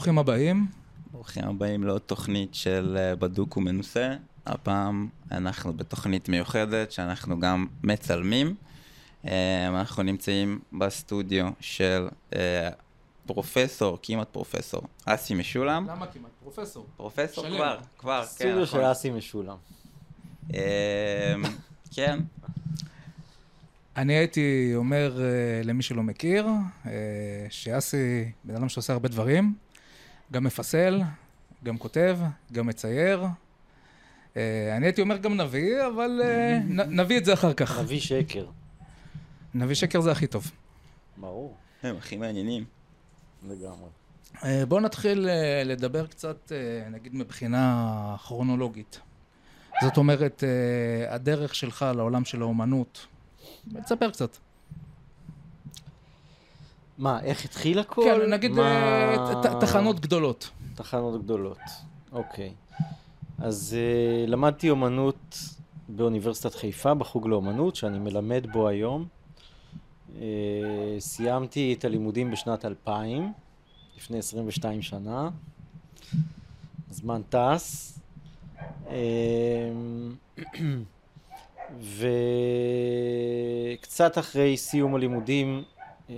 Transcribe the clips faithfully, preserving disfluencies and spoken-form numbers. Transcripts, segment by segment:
ברוכים הבאים. ברוכים הבאים לעוד תוכנית של בדוק ומנוסה. הפעם אנחנו בתוכנית מיוחדת שאנחנו גם מצלמים. אנחנו נמצאים בסטודיו של פרופסור, כמעט פרופסור, אסי משולם. למה כמעט? פרופסור. פרופסור כבר, כבר, כן. סטודיו של אסי משולם. כן. אני הייתי אומר למי שלא מכיר, שאסי בן אדם שעושה הרבה דברים, גם מפסל, גם כותב, גם מצייר. אני הייתי אומר גם נביא, אבל נביא את זה אחר כך. נביא שקר. נביא שקר זה הכי טוב. ברור. הם הכי מעניינים. לגמרי. בואו נתחיל לדבר קצת, נגיד, מבחינה כרונולוגית. זאת אומרת, הדרך שלך לעולם של האומנות. תספר קצת. מה, איך התחיל הכל? כן, נגיד מה... ת, תחנות גדולות. תחנות גדולות, אוקיי. אז uh, למדתי אומנות באוניברסיטת חיפה, בחוג לאומנות, שאני מלמד בו היום. Uh, סיימתי את הלימודים בשנת אלפיים, לפני עשרים ושתיים שנה. הזמן טס. Uh, וקצת אחרי סיום הלימודים, אה,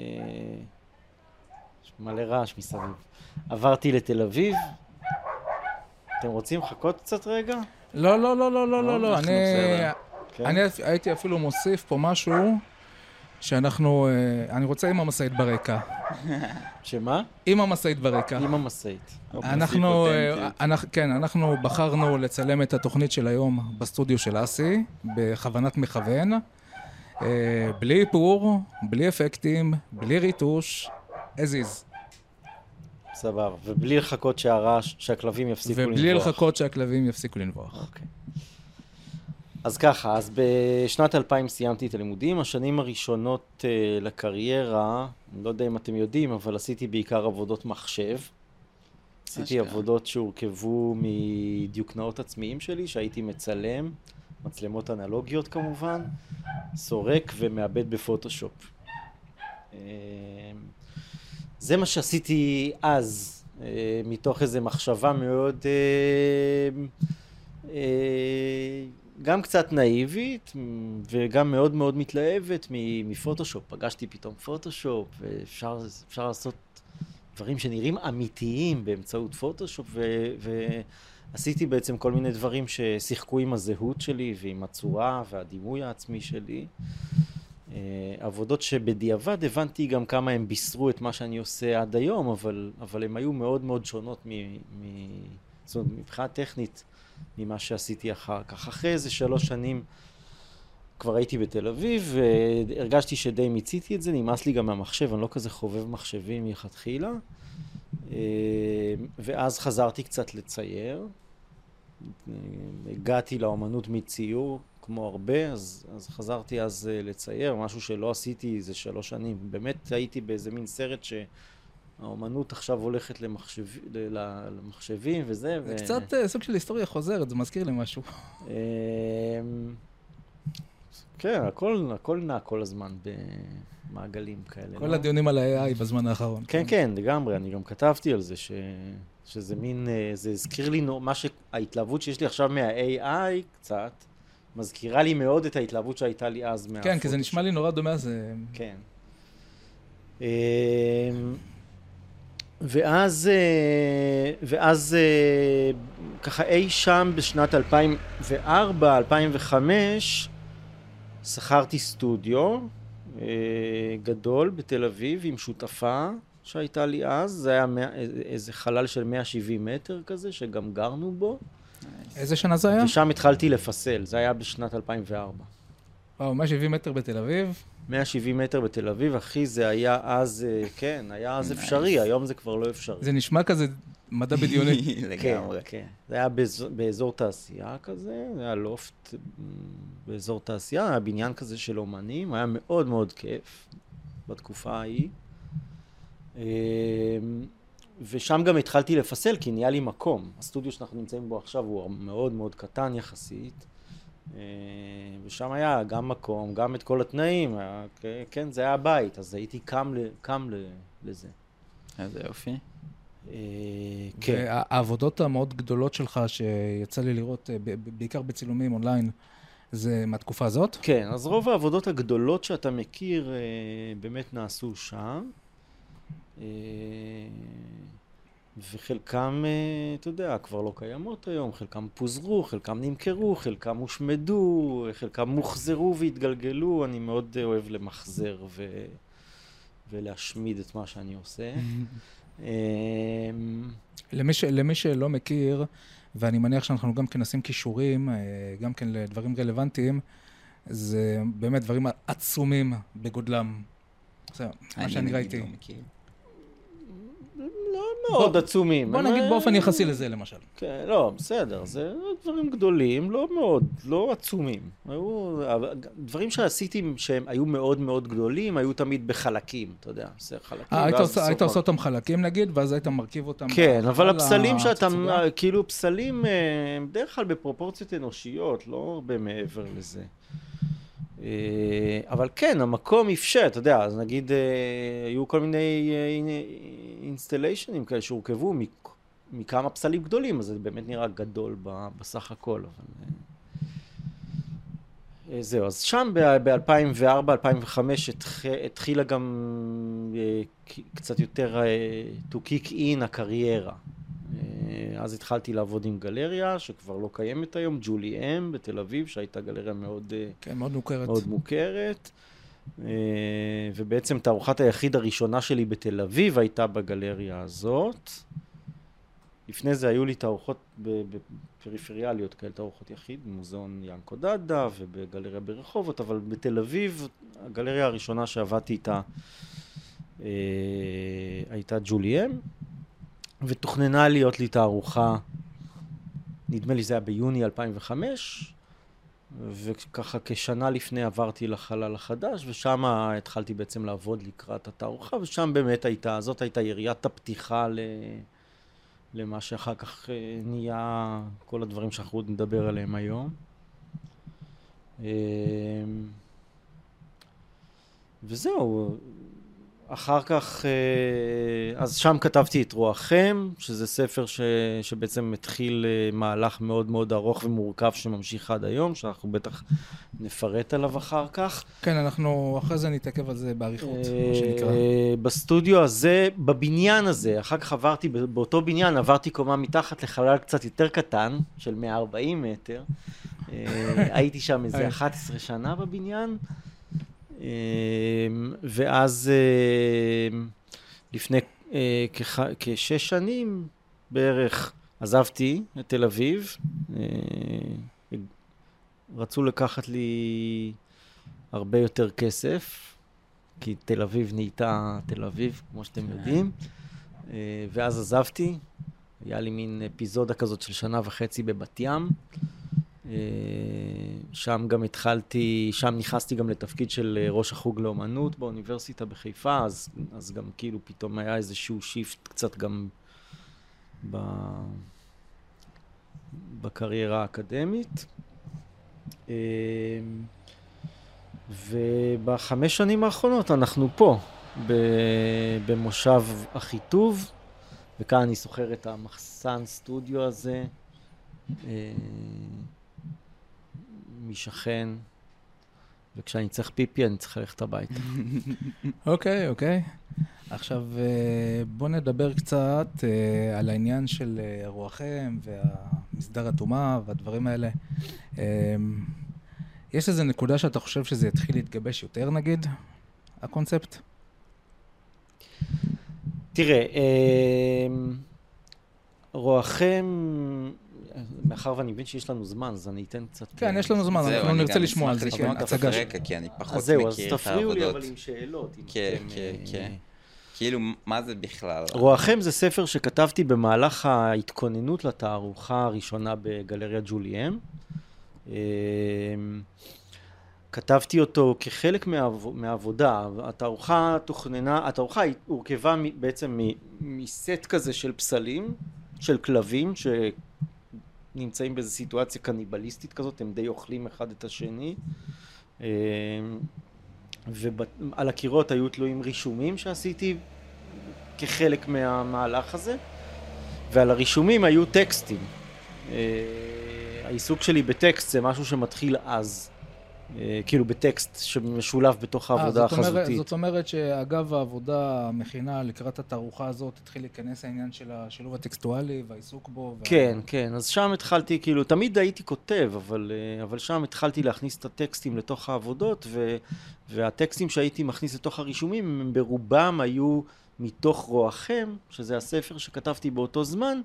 מלא רעש מסביב, עברתי לתל אביב. אתם רוצים לחכות קצת רגע? לא, לא, לא, לא, לא, לא, לא. אני, כן. אני הייתי אפילו מוסיף פה משהו שאנחנו, אני רוצה עם המשאית ברקע. שמה? עם המשאית ברקע. עם המשאית. אנחנו, אנחנו, כן, אנחנו בחרנו לצלם את התוכנית של היום בסטודיו של אסי, בכוונת מכוון, בלי איפור, בלי אפקטים, בלי ריטוש, as is. סבבה, ובלי לחכות שהרעש, שהכלבים יפסיקו לנבוח. ובלי לחכות שהכלבים יפסיקו לנבוח. אוקיי. אז ככה, אז בשנת אלפיים סיימתי את הלימודים. השנים הראשונות uh, לקריירה, אני לא יודע אם אתם יודעים, אבל עשיתי בעיקר עבודות מחשב. עשיתי עבודות שהורכבו מדיוקנאות עצמיים שלי, שהייתי מצלם, מצלמות אנלוגיות כמובן, סורק ומעבד בפוטושופ. Uh, זה מה שעשיתי אז, uh, מתוך איזו מחשבה מאוד... Uh, uh, גם קצת נאיבית וגם מאוד מאוד מתלהבת מפוטושופ. פגשתי פתאום פוטושופ, ואפשר אפשר לעשות דברים שנראים אמיתיים באמצעות פוטושופ, ו, ועשיתי בעצם כל מיני דברים ששיחקו עם הזהות שלי ועם הצורה והדימוי העצמי שלי. עבודות שבדיעבד הבנתי גם כמה הם בישרו את מה שאני עושה עד היום, אבל, אבל הם היו מאוד מאוד שונות מ, מ, זאת אומרת, מבחינה טכנית, ממה שעשיתי אחר כך. אחרי איזה שלוש שנים כבר הייתי בתל אביב, והרגשתי שדי מיציתי את זה, נמאס לי גם מהמחשב, אני לא כזה חובב מחשבים מלכתחילה. ואז חזרתי קצת לצייר. הגעתי לאומנות מציור, כמו הרבה, אז, אז חזרתי אז לצייר, משהו שלא עשיתי איזה שלוש שנים. באמת הייתי באיזה מין סרט ש... האומנות עכשיו הולכת למחשב... למחשבים וזה. זה ו... קצת סוג של היסטוריה חוזרת, זה מזכיר לי משהו. כן, הכל, הכל נע כל הזמן במעגלים כאלה. כל לא? הדיונים על ה-איי איי בזמן האחרון. כן, כן, לגמרי, אני גם כתבתי על זה, ש... שזה מין, זה הזכיר לי, מה שההתלהבות שיש לי עכשיו מה-איי איי קצת, מזכירה לי מאוד את ההתלהבות שהייתה לי אז מהפוטושופ. כן, כי זה נשמע לי נורא דומה, זה... כן. ואז, ואז ככה אי שם בשנת אלפיים וארבע אלפיים וחמש שכרתי סטודיו גדול בתל אביב עם שותפה שהייתה לי אז. זה היה איזה חלל של מאה שבעים מטר כזה שגם גרנו בו. איזה שנה זה היה? ושם התחלתי לפסל, זה היה בשנת אלפיים וארבע. וואו, מאה שבעים מטר בתל אביב? מאה שבעים מטר בתל אביב, אחי, זה היה אז, כן, היה אז אפשרי, היום זה כבר לא אפשרי. זה נשמע כזה מדע בדיוני. לגמרי. כן, זה היה באזור, באזור תעשייה כזה, זה היה לופט באזור תעשייה, היה בניין כזה של אומנים, היה מאוד מאוד כיף בתקופה ההיא. ושם גם התחלתי לפסל, כי נהיה לי מקום. הסטודיו שאנחנו נמצאים בו עכשיו הוא מאוד מאוד קטן יחסית. ושם היה גם מקום, גם את כל התנאים, היה, כן, זה היה הבית, אז הייתי קם, ל, קם ל, לזה. איזה יופי. כן. והעבודות המאוד גדולות שלך שיצא לי לראות, בעיקר בצילומים אונליין, זה מהתקופה הזאת? כן, אז רוב העבודות הגדולות שאתה מכיר באמת נעשו שם. וחלקם, אתה יודע, כבר לא קיימות היום, חלקם פוזרו, חלקם נמכרו, חלקם הושמדו, חלקם מוחזרו והתגלגלו. אני מאוד אוהב למחזר ו... ולהשמיד את מה שאני עושה. למי, ש... למי שלא מכיר, ואני מניח שאנחנו גם כן נשים קישורים, גם כן לדברים רלוונטיים, זה באמת דברים עצומים בגודלם. זה מה שאני ראיתי. לא מכיר. לא מאוד עצומים. בוא נגיד באופן יחסי לזה למשל. כן, לא, בסדר, זה דברים גדולים, לא מאוד, לא עצומים. היו, דברים שעשיתי שהם היו מאוד מאוד גדולים, היו תמיד בחלקים, אתה יודע, זה חלקים. היית עושה אותם חלקים נגיד, ואז היית מרכיב אותם. כן, אבל הפסלים שאתה, כאילו פסלים, הם בדרך כלל בפרופורציות אנושיות, לא הרבה מעבר לזה. אבל כן, המקום אפשר, אתה יודע, אז נגיד, היו כל מיני אינסטליישנים כאלה שהורכבו מכמה פסלים גדולים, אז זה באמת נראה גדול בסך הכל. זהו, אז שם ב-אלפיים וארבע אלפיים וחמש התחילה גם קצת יותר to kick in הקריירה. אז התחלתי לעבוד עם גלריה שכבר לא קיימת היום, ג'ולי אם בתל אביב, שהייתה גלריה מאוד, כן, מאוד מוכרת. מאוד מוכרת. ובעצם תערוכת היחיד הראשונה שלי בתל אביב הייתה בגלריה הזאת. לפני זה היו לי תערוכות בפריפריאליות כאלה, תערוכות יחיד, במוזיאון ינקו דדה ובגלריה ברחובות, אבל בתל אביב הגלריה הראשונה שעבדתי איתה הייתה ג'ולי אם. ותוכננה להיות לי תערוכה, נדמה לי זה היה ביוני אלפיים וחמש, וככה כשנה לפני עברתי לחלל החדש, ושם התחלתי בעצם לעבוד לקראת התערוכה, ושם באמת הייתה, זאת הייתה יריית הפתיחה ל... למה שאחר כך נהיה כל הדברים שאנחנו עוד נדבר עליהם היום. וזהו. אחר כך, אז שם כתבתי את רועכם, שזה ספר ש, שבעצם התחיל מהלך מאוד מאוד ארוך ומורכב שממשיך עד היום, שאנחנו בטח נפרט עליו אחר כך. כן, אנחנו אחרי זה נתעכב על זה בעריכות, מה שנקרא. בסטודיו הזה, בבניין הזה, אחר כך עברתי, באותו בניין עברתי קומה מתחת לחלל קצת יותר קטן, של מאה וארבעים מטר. הייתי שם איזה אחת עשרה שנה בבניין. ואז לפני כשש שנים בערך עזבתי את תל אביב. רצו לקחת לי הרבה יותר כסף, כי תל אביב נהייתה תל אביב, כמו שאתם יודעים. ואז עזבתי. היה לי מין אפיזודה כזאת של שנה וחצי בבת ים. שם גם התחלתי, שם נכנסתי גם לתפקיד של ראש החוג לאומנות באוניברסיטה בחיפה, אז, אז גם כאילו פתאום היה איזשהו שיפט קצת גם ב, בקריירה האקדמית. ובחמש שנים האחרונות אנחנו פה, במושב אחיטוב, וכאן אני זוכר את המחסן סטודיו הזה, משכן, וכשאני צריך פיפי אני צריך ללכת הביתה. אוקיי, אוקיי. עכשיו בוא נדבר קצת על העניין של רועכם והמסדר אטומה והדברים האלה. יש איזו נקודה שאתה חושב שזה יתחיל להתגבש יותר נגיד, הקונספט? תראה, רועכם, מאחר ואני מבין שיש לנו זמן, אז אני אתן קצת... כן, יש לנו זמן, אנחנו נרצה לשמוע על זה. זהו, אני גם אשמח לשמוע את הרקע, כי אני פחות מכיר את העבודות. אז זהו, אז תפריעו לי אבל עם שאלות. כן, כן, כן. כאילו, מה זה בכלל? רועכם זה ספר שכתבתי במהלך ההתכוננות לתערוכה הראשונה בגלריה ג'ולי אם. כתבתי אותו כחלק מהעבודה. התערוכה תוכננה, התערוכה הורכבה בעצם מסט כזה של פסלים, של כלבים, שנמצאים באיזו סיטואציה קניבליסטית כזאת, הם די אוכלים אחד את השני. ועל הקירות היו תלויים רישומים שעשיתי כחלק מהמהלך הזה. ועל הרישומים היו טקסטים. העיסוק שלי בטקסט זה משהו שמתחיל אז, כאילו בטקסט שמשולב בתוך העבודה החזותית. זאת אומרת שאגב העבודה המכינה לקראת התערוכה הזאת התחיל להיכנס העניין של השילוב הטקסטואלי והעיסוק בו. כן, כן, אז שם התחלתי, כאילו, תמיד הייתי כותב, אבל, אבל שם התחלתי להכניס את הטקסטים לתוך העבודות, ו, והטקסטים שהייתי מכניס לתוך הרישומים, הם ברובם היו מתוך רועכם, שזה הספר שכתבתי באותו זמן,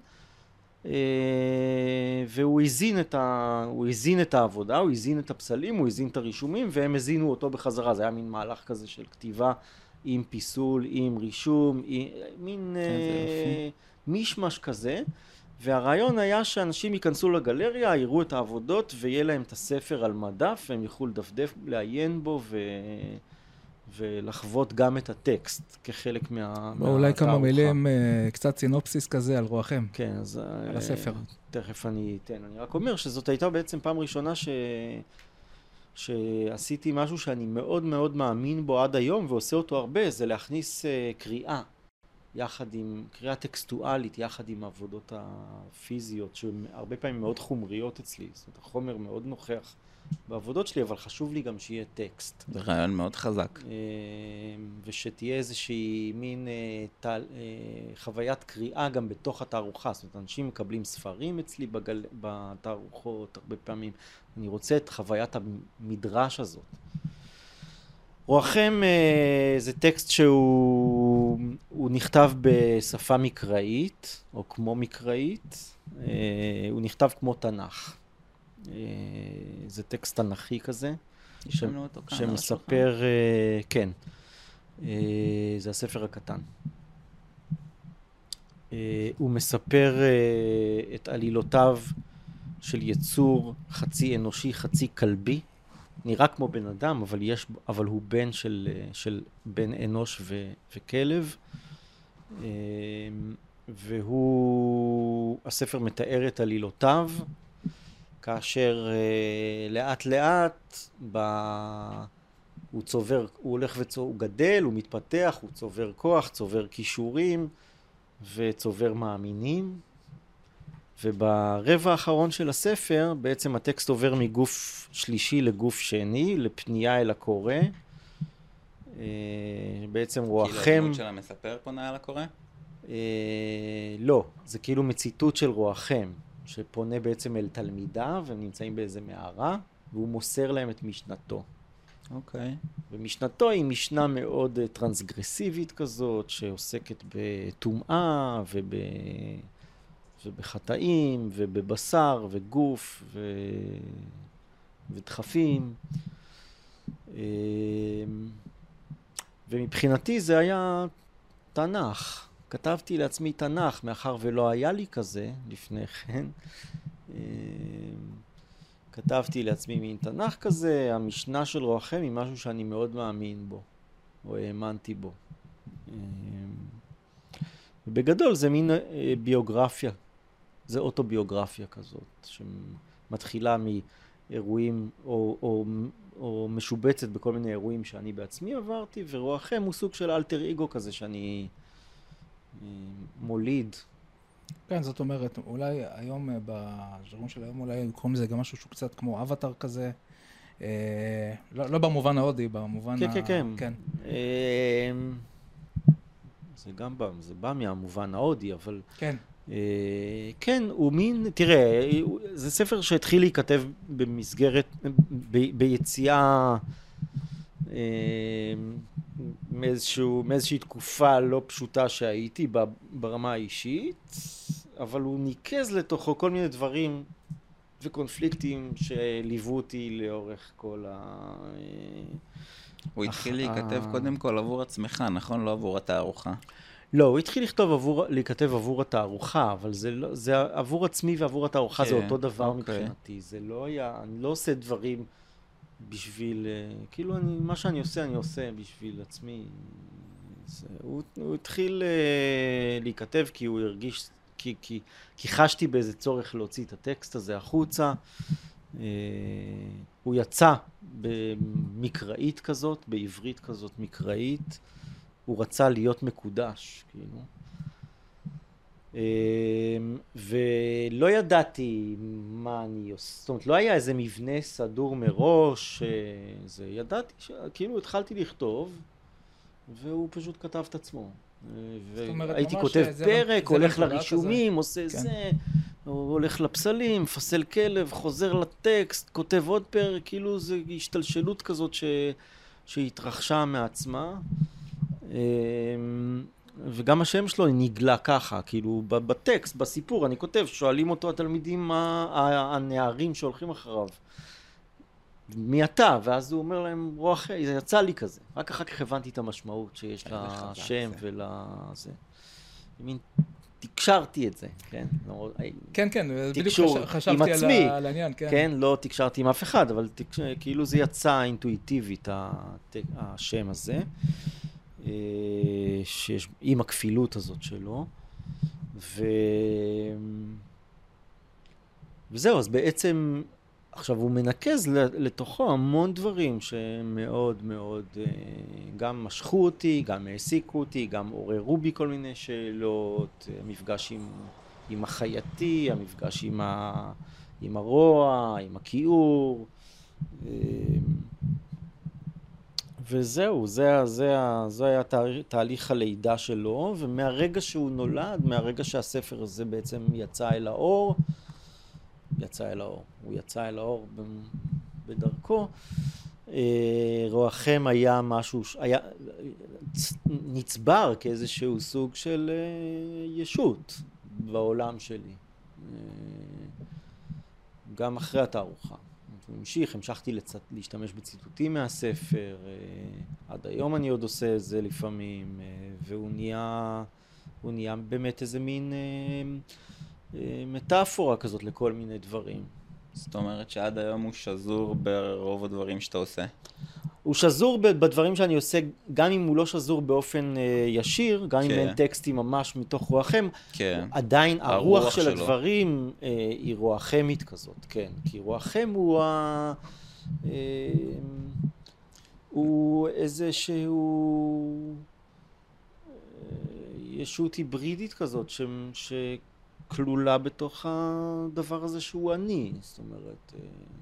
והוא הזין את, ה... הוא הזין את העבודה, הוא הזין את הפסלים, הוא הזין את הרישומים, והם הזינו אותו בחזרה. זה היה מין מהלך כזה של כתיבה עם פיסול, עם רישום, עם... מין אה... מישמש כזה. והרעיון היה שאנשים ייכנסו לגלריה, יראו את העבודות, ויהיה להם את הספר על מדף, והם יוכלו לדפדף, לעיין בו ו... ולחוות גם את הטקסט כחלק מה... אולי כמה מילים, קצת סינופסיס כזה על רועכם. כן, אז... על הספר. תכף אני אתן. אני רק אומר שזאת הייתה בעצם פעם ראשונה ש... שעשיתי משהו שאני מאוד מאוד מאמין בו עד היום, ועושה אותו הרבה, זה להכניס קריאה, יחד עם, קריאה טקסטואלית, יחד עם העבודות הפיזיות, שהרבה פעמים מאוד חומריות אצלי. זאת אומרת, החומר מאוד נוכח בעבודות שלי, אבל חשוב לי גם שיהיה טקסט. זה רעיון מאוד חזק. ושתהיה איזושהי מין תל, חוויית קריאה גם בתוך התערוכה. זאת אומרת, אנשים מקבלים ספרים אצלי בגל, בתערוכות הרבה פעמים. אני רוצה את חוויית המדרש הזאת. רועכם זה טקסט שהוא הוא נכתב בשפה מקראית, או כמו מקראית. הוא נכתב כמו תנ"ך. זה טקסט תנ"כי כזה, ש... שמספר, כן, זה הספר הקטן. הוא מספר את עלילותיו של יצור חצי אנושי, חצי כלבי, נראה כמו בן אדם, אבל יש, אבל הוא בן של, של בן אנוש ו, וכלב, והוא, הספר מתאר את עלילותיו, כאשר uh, לאט לאט ב... הוא צובר, הוא הולך וצובר, הוא גדל, הוא מתפתח, הוא צובר כוח, צובר כישורים וצובר מאמינים. וברבע האחרון של הספר בעצם הטקסט עובר מגוף שלישי לגוף שני, לפנייה אל הקורא. Uh, בעצם רועכם... כאילו הדמות של המספר פונה אל הקורא? Uh, לא, זה כאילו מציטוט של רועכם. שפונה בעצם אל תלמידיו, הם נמצאים באיזה מערה, והוא מוסר להם את משנתו. אוקיי. Okay. ומשנתו היא משנה מאוד טרנסגרסיבית כזאת, שעוסקת בטומאה, וב... ובחטאים, ובבשר, וגוף, ו... ודחפים. ומבחינתי זה היה תנ"ך. כתבתי לעצמי תנ"ך, מאחר ולא היה לי כזה לפני כן. כתבתי לעצמי מין תנ"ך כזה, המשנה של רועכם היא משהו שאני מאוד מאמין בו, או האמנתי בו. בגדול זה מין ביוגרפיה, זה אוטוביוגרפיה כזאת, שמתחילה מאירועים, או, או, או משובצת בכל מיני אירועים שאני בעצמי עברתי, ורועכם הוא סוג של אלטר איגו כזה שאני... מוליד. כן, זאת אומרת, אולי היום, בז'רגון של היום, אולי קוראים לזה גם משהו שהוא קצת כמו אבטר כזה, אה, לא, לא במובן ההודי, במובן כן, ה... כן, כן. כן. אה, זה גם בא, זה בא מהמובן ההודי, אבל... כן. אה, כן, הוא מין, תראה, זה ספר שהתחיל להיכתב במסגרת, ב, ביציאה... אה, מאיזשהו, מאיזושהי תקופה לא פשוטה שהייתי ברמה האישית, אבל הוא ניקז לתוכו כל מיני דברים וקונפליקטים שליוו אותי לאורך כל ה... הוא התחיל להיכתב קודם כל עבור עצמך, נכון? לא עבור התערוכה. לא, הוא התחיל לכתוב עבור, להיכתב עבור התערוכה, אבל זה לא, זה עבור עצמי ועבור התערוכה, זה אותו דבר מבחינתי. זה לא היה, אני לא עושה דברים בשביל, כאילו אני, מה שאני עושה, אני עושה בשביל עצמי. זה, הוא, הוא התחיל uh, להיכתב כי הוא הרגיש, כי, כי, כי חשתי באיזה צורך להוציא את הטקסט הזה החוצה. Uh, הוא יצא במקראית כזאת, בעברית כזאת מקראית. הוא רצה להיות מקודש, כאילו. ולא ידעתי מה אני עושה, זאת אומרת, לא היה איזה מבנה סדור מראש, זה, ידעתי, ש... כאילו התחלתי לכתוב, והוא פשוט כתב את עצמו. והייתי כותב פרק, הולך לרישומים, עושה זה, הולך לפסלים, מפסל כלב, חוזר לטקסט, כותב עוד פרק, כאילו זה השתלשלות כזאת ש... שהתרחשה מעצמה. וגם השם שלו נגלה ככה, כאילו בטקסט, בסיפור, אני כותב, שואלים אותו התלמידים, הנערים שהולכים אחריו, מי אתה? ואז הוא אומר להם, רוח, זה יצא לי כזה. רק אחר כך הבנתי את המשמעות שיש לשם ולזה. מין, תקשרתי את זה, כן? כן, כן, בדיוק חשבתי על העניין, כן. כן, לא תקשרתי עם אף אחד, אבל כאילו זה יצא אינטואיטיבית, השם הזה. שיש, עם הכפילות הזאת שלו, ו... וזהו, אז בעצם, עכשיו הוא מנקז לתוכו המון דברים שמאוד מאוד גם משכו אותי, גם העסיקו אותי, גם עוררו בי כל מיני שאלות, המפגש עם, עם החייתי, המפגש עם, ה... עם הרוע, עם הכיעור, וזהו, זה, זה, זה היה תהליך הלידה שלו, ומהרגע שהוא נולד, מהרגע שהספר הזה בעצם יצא אל האור, יצא אל האור, הוא יצא אל האור בדרכו, רועכם היה משהו, היה נצבר כאיזשהו סוג של ישות בעולם שלי, גם אחרי התערוכה. הוא המשיך, המשכתי לצ... להשתמש בציטוטים מהספר, עד היום אני עוד עושה את זה לפעמים, והוא נהיה, הוא נהיה באמת איזה מין מטאפורה כזאת לכל מיני דברים. זאת אומרת שעד היום הוא שזור ברוב הדברים שאתה עושה? הוא שזור בדברים שאני עושה, גם אם הוא לא שזור באופן ישיר, גם אם אין טקסטים ממש מתוך רועכם, עדיין הרוח של הדברים היא רועכמית כזאת, כן. כי רועכם הוא ה... הוא איזשהו ישות היברידית כזאת שכלולה בתוך הדבר הזה שהוא אני, זאת אומרת...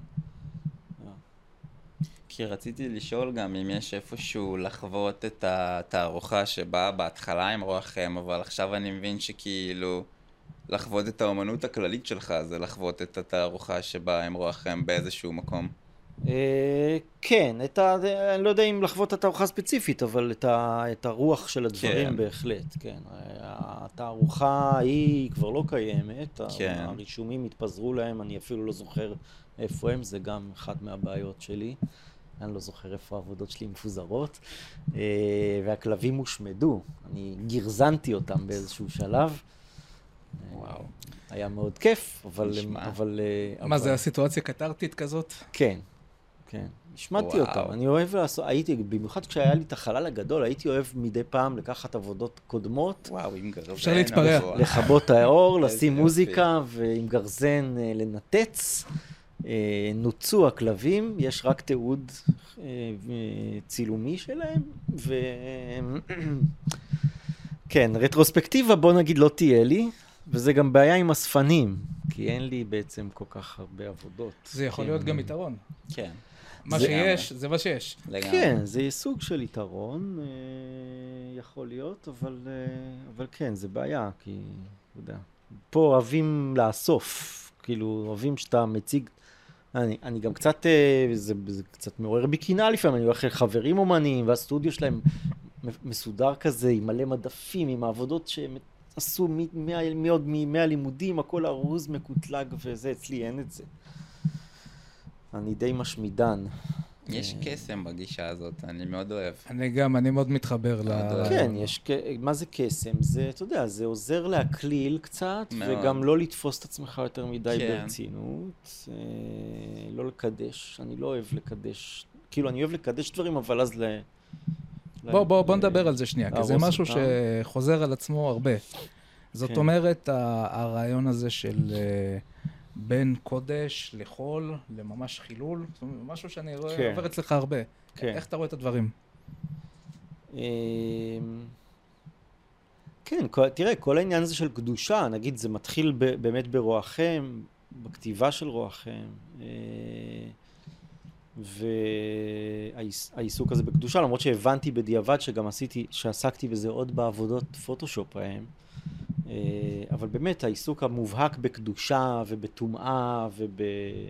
כי רציתי לשאול גם אם יש איפשהו לחוות את התערוכה שבאה בהתחלה עם רועכם, אבל עכשיו אני מבין שכאילו לחוות את האומנות הכללית שלך זה לחוות את התערוכה שבאה עם רועכם באיזשהו מקום. כן, אני לא יודע אם לחוות את התערוכה ספציפית, אבל את הרוח של הדברים בהחלט, כן. התערוכה היא כבר לא קיימת, הרישומים התפזרו להם, אני אפילו לא זוכר איפה הם, זה גם אחת מהבעיות שלי. אני לא זוכר איפה העבודות שלי מפוזרות, והכלבים הושמדו, אני גרזנתי אותם באיזשהו שלב. וואו. היה מאוד כיף, אבל... אבל מה, זה הסיטואציה קטרטית כזאת? כן, כן. השמדתי אותם, אני אוהב לעשות, הייתי, במיוחד כשהיה לי את החלל הגדול, הייתי אוהב מדי פעם לקחת עבודות קודמות. וואו, עם גרזן. אפשר להתפרע. לכבות האור, לשים מוזיקה, ועם גרזן לנתץ. נוצו הכלבים, יש רק תיעוד צילומי שלהם, ו... כן, רטרוספקטיבה בוא נגיד לא תהיה לי, וזה גם בעיה עם הספנים, כי אין לי בעצם כל כך הרבה עבודות. זה יכול להיות גם יתרון. כן. מה שיש, זה מה שיש. כן, זה סוג של יתרון, יכול להיות, אבל, אבל כן, זה בעיה, כי, לא יודע, פה אוהבים לאסוף, כאילו, אוהבים שאתה מציג, אני, אני גם קצת, זה, זה קצת מעורר בי קנאה לפעמים, אני הולך לחברים אומנים, והסטודיו שלהם מסודר כזה, עם מלא מדפים, עם העבודות שהם עשו מעוד מהלימודים, הכל ארוז, מקוטלג, וזה, אצלי אין את זה. אני די משמידן. יש קסם בגישה הזאת, אני מאוד אוהב. אני גם, אני מאוד מתחבר ל... כן, יש, מה זה קסם? זה, אתה יודע, זה עוזר להקליל קצת, וגם לא לתפוס את עצמך יותר מדי ברצינות, לא לקדש, אני לא אוהב לקדש, כאילו אני אוהב לקדש דברים, אבל אז ל... בוא, בוא, בוא נדבר על זה שנייה, כי זה משהו שחוזר על עצמו הרבה. זאת אומרת, הרעיון הזה של... בין קודש לחול, לממש חילול, זאת אומרת, משהו שאני רואה, כן. עובר אצלך הרבה. כן. איך אתה רואה את הדברים? כן, כן, כל, תראה, כל העניין הזה של קדושה, נגיד, זה מתחיל ב, באמת ברועכם, בכתיבה של רועכם, והעיסוק הזה בקדושה, למרות שהבנתי בדיעבד שגם עשיתי, שעסקתי בזה עוד בעבודות פוטושופ ההם, אבל באמת העיסוק המובהק בקדושה ובטומאה וב...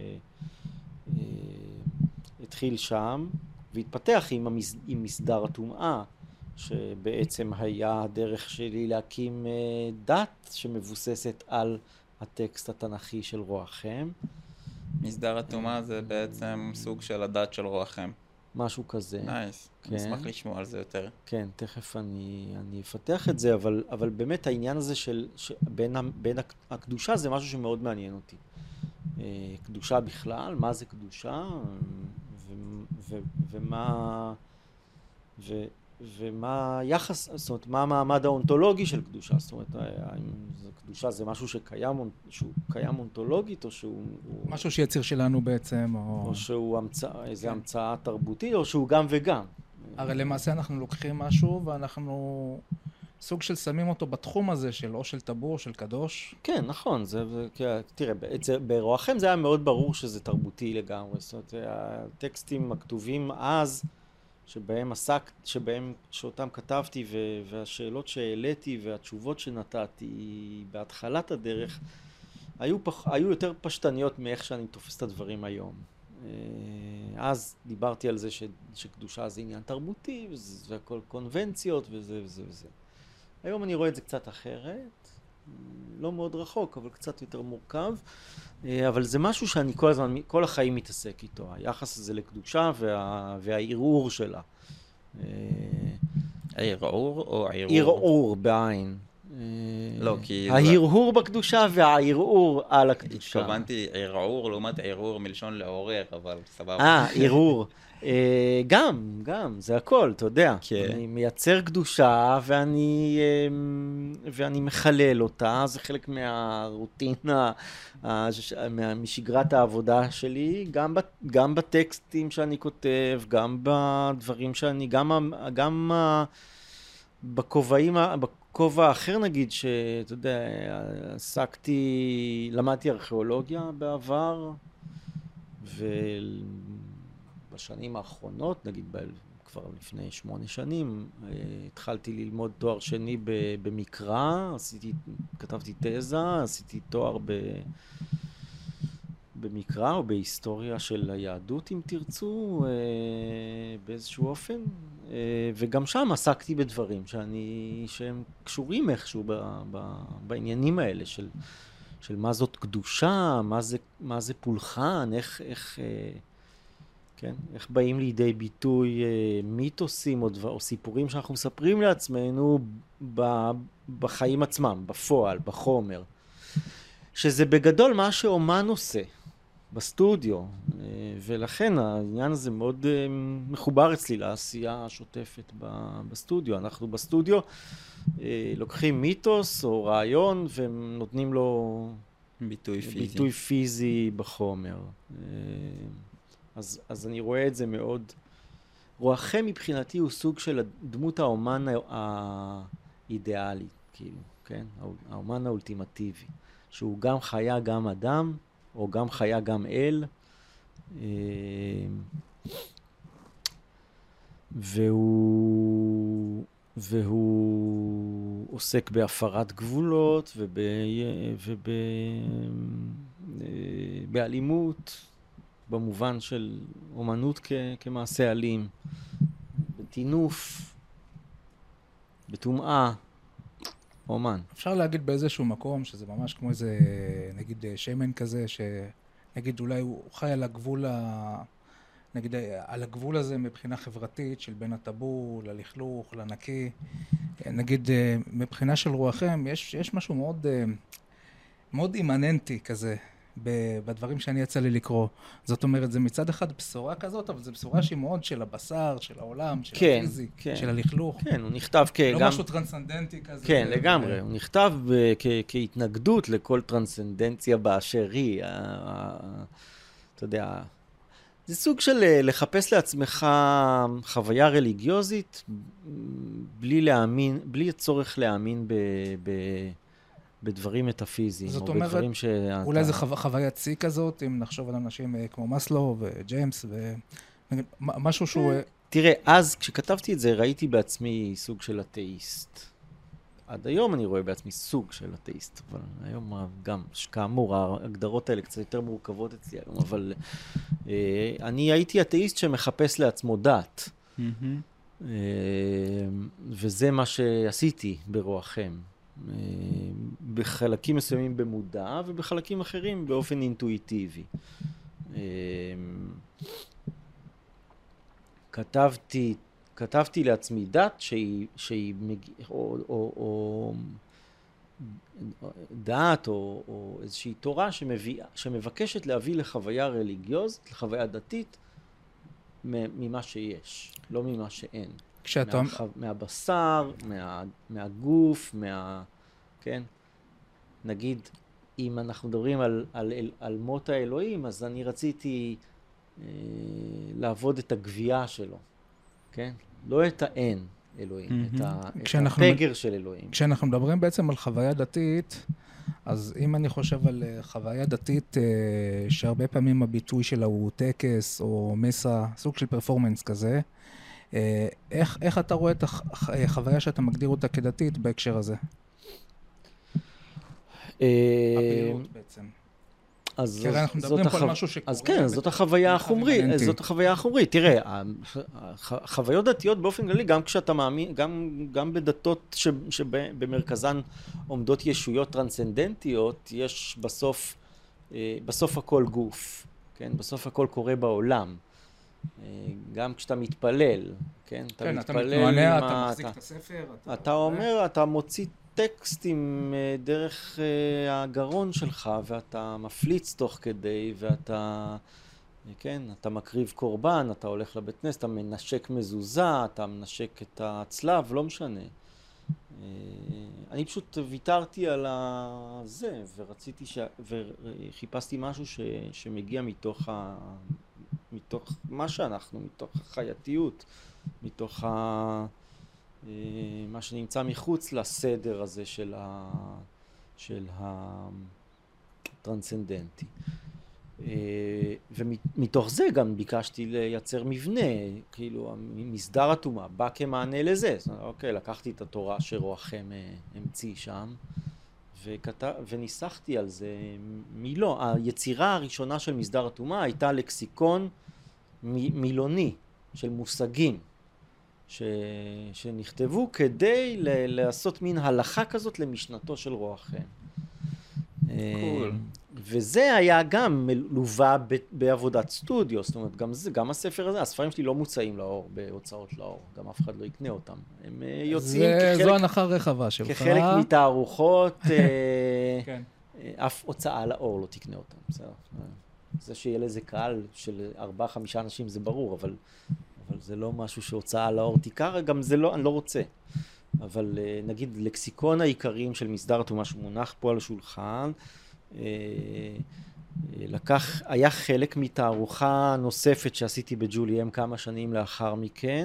התחיל שם והתפתח עם, המס... עם מסדר הטומאה, שבעצם היה הדרך שלי להקים דת שמבוססת על הטקסט התנ"כי של רועכם. מסדר הטומאה זה בעצם סוג של הדת של רועכם. משהו כזה. נייס. אני אשמח לשמוע על זה יותר. כן, תכף אני, אני אפתח את זה, אבל, אבל באמת העניין הזה של, שבין, בין הקדושה זה משהו שמאוד מעניין אותי. קדושה בכלל, מה זה קדושה, ו, ו, ומה, ו, ומה היחס, זאת אומרת, מה המעמד האונתולוגי של קדושה, זאת אומרת, האם קדושה זה משהו שקיים, שהוא קיים אונתולוגית, או שהוא... משהו שיציר שלנו בעצם, או... או שהוא המצא, איזו כן. המצאה תרבותית, או שהוא גם וגם. הרי למעשה אנחנו לוקחים משהו, ואנחנו סוג של שמים אותו בתחום הזה, של או של טבור, של קדוש. כן, נכון, זה, זה תראה, ברועכם זה היה מאוד ברור שזה תרבותי לגמרי, זאת אומרת, הטקסטים הכתובים אז, שבהם עסק, שבהם, שאותם כתבתי, והשאלות שהעליתי והתשובות שנתתי בהתחלת הדרך, היו, פח, היו יותר פשטניות מאיך שאני תופס את הדברים היום. אז דיברתי על זה ש, שקדושה זה עניין תרבותי, וזה, זה הכל קונבנציות וזה וזה וזה. היום אני רואה את זה קצת אחרת, לא מאוד רחוק, אבל קצת יותר מורכב, אבל זה משהו שאני כל הזמן, כל החיים מתעסק איתו, היחס הזה לקדושה וה, והערעור שלה. הערעור או הערעור? ערעור בעין. לא, כי... ההרהור בקדושה והערעור על הקדושה. התכוונתי ערעור לעומת ערעור מלשון לעורר, אבל סבבה. אה, ערעור. גם, גם, זה הכל, אתה יודע. אני מייצר קדושה ואני, ואני מחלל אותה, זה חלק מהרוטינה, משגרת העבודה שלי, גם, גם בטקסטים שאני כותב, גם בדברים שאני, גם, גם בכובעים, בכובע האחר נגיד, שאתה יודע, עסקתי, למדתי ארכיאולוגיה בעבר, ו... בשנים האחרונות, נגיד כבר לפני שמונה שנים, התחלתי ללמוד תואר שני במקרא, עשיתי, כתבתי תזה, עשיתי תואר ב, במקרא או בהיסטוריה של היהדות, אם תרצו, באיזשהו אופן, וגם שם עסקתי בדברים שאני, שהם קשורים איכשהו ב, ב, בעניינים האלה של, של מה זאת קדושה, מה זה, מה זה פולחן, איך, איך, כן? איך באים לידי ביטוי אה, מיתוסים או, דבר, או סיפורים שאנחנו מספרים לעצמנו ב, בחיים עצמם, בפועל, בחומר. שזה בגדול מה שאומן עושה בסטודיו, אה, ולכן העניין הזה מאוד אה, מחובר אצלי לעשייה השוטפת ב, בסטודיו. אנחנו בסטודיו אה, לוקחים מיתוס או רעיון ונותנים לו ביטוי פיזי, ביטוי פיזי בחומר. אה, אז, אז אני רואה את זה מאוד. רועכם מבחינתי הוא סוג של דמות האומן האידיאלי, כאילו, כן? האומן האולטימטיבי, שהוא גם חיה גם אדם, או גם חיה גם אל, והוא, והוא עוסק בהפרת גבולות וב, וב, באלימות, במובן של אומנות כ- כמעשה אלים, בתינוף, בטומאה, אומן. אפשר להגיד באיזשהו מקום שזה ממש כמו איזה, נגיד, שמן כזה, שנגיד אולי הוא חי על הגבול, ה... נגיד, על הגבול הזה מבחינה חברתית של בין הטבור ללכלוך, לנקי. נגיד, מבחינה של רועכם, יש, יש משהו מאוד, מאוד אימננטי כזה. בדברים שאני יצא לי לקרוא. זאת אומרת, זה מצד אחד בשורה כזאת, אבל זה בשורה שהיא מאוד של הבשר, של העולם, של כן, הפיזי, כן. של הלכלוך. כן, הוא נכתב כגם... לא משהו טרנסצנדנטי כזה. כן, ו... לגמרי. הוא נכתב כ- כהתנגדות לכל טרנסצנדנציה באשר היא. אתה יודע, זה סוג של לחפש לעצמך חוויה רליגיוזית, בלי להאמין, בלי הצורך להאמין ב, ב, בדברים מטאפיזיים. זאת או אומרת, בדברים שאתה... אולי זה חו... חוויית צי כזאת, אם נחשוב על אנשים כמו מסלו וג'יימס, ומשהו שהוא... תראה, אז כשכתבתי את זה, ראיתי בעצמי סוג של אתאיסט. עד היום אני רואה בעצמי סוג של אתאיסט, אבל היום גם, כאמור, ההגדרות האלה קצת יותר מורכבות אצלי היום, אבל אה, אני הייתי אתאיסט שמחפש לעצמו דת. Mm-hmm. אה, וזה מה שעשיתי ברוחכם. אה, בחלקים מסוימים במודע, ובחלקים אחרים באופן אינטואיטיבי. אה, כתבתי כתבתי לעצמי דת שהיא, שהיא מג... או, או, או דת או, או איזושהי תורה שמביאה, שמבקשת להביא לחוויה רליגיוזית, לחוויה דתית, ממה שיש, לא ממה שאין. כשאתה... מה, מהבשר, מה, מהגוף, מה... כן? נגיד, אם אנחנו מדברים על, על, על, על מות האלוהים, אז אני רציתי אה, לעבוד את הגבייה שלו, כן? לא את האין אלוהים, mm-hmm. את, ה, את הפגר של אלוהים. כשאנחנו מדברים בעצם על חוויה דתית, אז אם אני חושב על חוויה דתית, שהרבה פעמים הביטוי שלה הוא טקס או מסה, סוג של פרפורמנס כזה, איך, איך אתה רואה את החוויה שאתה מגדיר אותה כדתית בהקשר הזה? הפעילות בעצם. אז כי אנחנו מדברים פה על משהו שקורה. אז כן, זאת החוויה החומרית, זאת החוויה החומרית. תראה, חוויות דתיות באופן כללי, גם כשאתה מאמין, גם, גם בדתות שבמרכזן עומדות ישויות טרנסצנדנטיות, יש בסוף, בסוף הכל גוף, כן? בסוף הכל קורה בעולם. גם כשאתה מתפלל, כן? כן, אתה מתנועע, אתה מחזיק את הספר. אתה אומר, אתה מוציא טקסטים דרך הגרון שלך, ואתה מפליץ תוך כדי, ואתה, כן, אתה מקריב קורבן, אתה הולך לבית כנסת, אתה מנשק מזוזה, אתה מנשק את הצלב, לא משנה. אני פשוט ויתרתי על זה, ורציתי ש... וחיפשתי משהו ש... שמגיע מתוך ה... מתוך מה שאנחנו, מתוך החייתיות, מתוך ה... מה שנמצא מחוץ לסדר הזה של ה... של הטרנסצנדנטי. ומתוך זה גם ביקשתי לייצר מבנה, כאילו מסדר התאומה בא כמענה לזה. זאת אומרת, אוקיי, לקחתי את התורה שרוחכם המציא שם, וכתב, וניסחתי על זה מילו. היצירה הראשונה של מסדר התאומה הייתה לקסיקון מ- מילוני של מושגים ש... שנכתבו כדי ל... לעשות מין הלכה כזאת למשנתו של רוחכם. קול. וזה היה גם מלווה ב... בעבודת סטודיו, זאת אומרת, גם, זה, גם הספר הזה, הספרים שלי לא מוצאים לאור בהוצאות לאור, גם אף אחד לא יקנה אותם. הם יוצאים זה, כחלק... זו הנחה רחבה שלך. כחלק מתערוכות, כן. אף הוצאה לאור לא תקנה אותם. בסדר. זה שיהיה לזה קהל של ארבעה, חמישה אנשים זה ברור, אבל, אבל זה לא משהו שהוצאה לאור תיקר, גם זה לא, אני לא רוצה. אבל נגיד לקסיקון העיקריים של מסדר התאומה שמונח פה על השולחן, לקח, היה חלק מתערוכה נוספת שעשיתי בג'ולי אם כמה שנים לאחר מכן,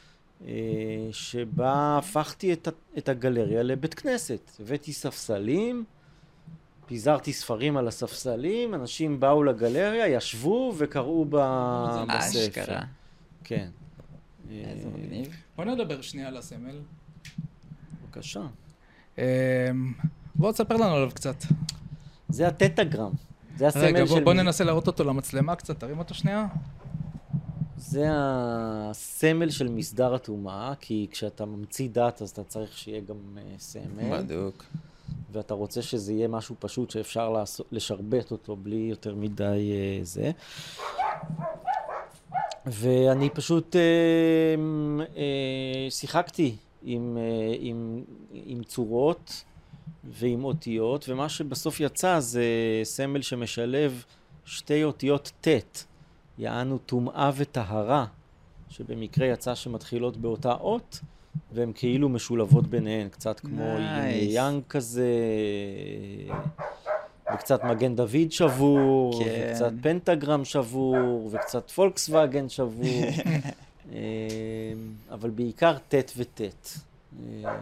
שבה הפכתי את, את הגלריה לבית כנסת. הבאתי ספסלים, פיזרתי ספרים על הספסלים, אנשים באו לגלריה, ישבו וקראו בספר. אשכרה. כן. איזה מגניב. בוא נדבר שנייה על הסמל. בבקשה. בוא תספר לנו עליו קצת. זה הטטגרם. זה הסמל רגע, של... בוא ננסה להראות אותו למצלמה קצת, תרים אותו שנייה. זה הסמל של מסדר התאומה, כי כשאתה ממציא דת אז אתה צריך שיהיה גם סמל. בדוק. ואתה רוצה שזה יהיה משהו פשוט שאפשר לעשות, לשרבט אותו בלי יותר מדי זה. ואני פשוט אה, אה, שיחקתי עם, אה, עם, עם צורות ועם אותיות, ומה שבסוף יצא זה סמל שמשלב שתי אותיות ת', יענו טומאה וטהרה, שבמקרה יצא שמתחילות באותה אות, והן כאילו משולבות ביניהן, קצת כמו ין יאנג כזה. וקצת מגן דוד שבור, כן. וקצת פנטגרם שבור, וקצת פולקסווגן שבור, אה, אבל בעיקר טט וטט. אה,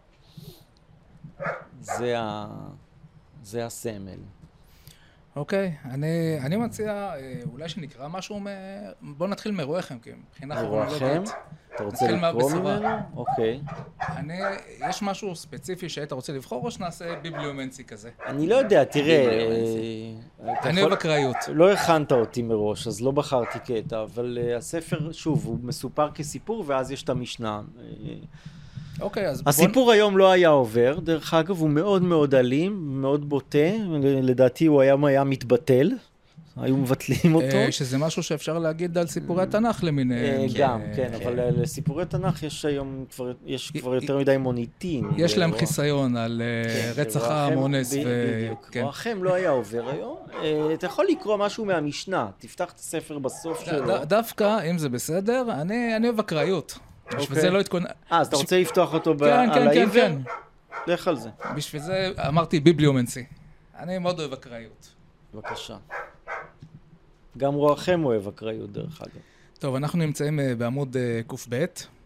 זה, ה... זה הסמל. אוקיי, אני, אני מציע, אה, אולי שנקרא משהו, מ... בואו נתחיל מרואיכם, כי מבחינה מרואכם? כרונולוגית. אתה רוצה נתחיל לקרוא מהבשורה. ממנו? אוקיי. אני, יש משהו ספציפי שהיית רוצה לבחור, או שנעשה ביבליומנסי כזה? אני לא יודע, תראה, ביבליומנסי. אה, אתה אני יכול- אוהב אקראיות. לא הכנת אותי מראש, אז לא בחרתי קטע, אבל uh, הספר, שוב, הוא מסופר כסיפור, ואז יש את המשנה. Uh, אוקיי, אז בואו... הסיפור היום לא היה עובר, דרך אגב, הוא מאוד מאוד אלים, מאוד בוטה, לדעתי הוא היה, היה מתבטל, היו מבטלים אותו. אה, שזה משהו שאפשר להגיד על סיפורי התנ"ך אה, למיניהם. גם, אה, כן, אבל אה, לסיפורי תנ"ך יש היום כבר, יש כבר יותר מדי מוניטין. יש להם ורוח- חיסיון על אה, כן, רצח ורועכם- העם אונס. ב- ו- בדיוק, כן. רועכם לא היה עובר היום. אה, אתה יכול לקרוא משהו מהמשנה, תפתח את הספר בסוף ד- שלו. ד- דווקא, אם זה בסדר, אני אני אוהב אקראיות. בשביל אוקיי. זה לא התכונן... אה, אז אתה רוצה לפתוח אותו ב- כן, על כן, כן, העיוור? כן. לך על זה. בשביל זה אמרתי ביבליומנסי. אני מאוד אוהב אקראיות. בבקשה. גם רועכם אוהב אקראיות דרך אגב. טוב, אנחנו נמצאים אה, בעמוד אה, ק"ב.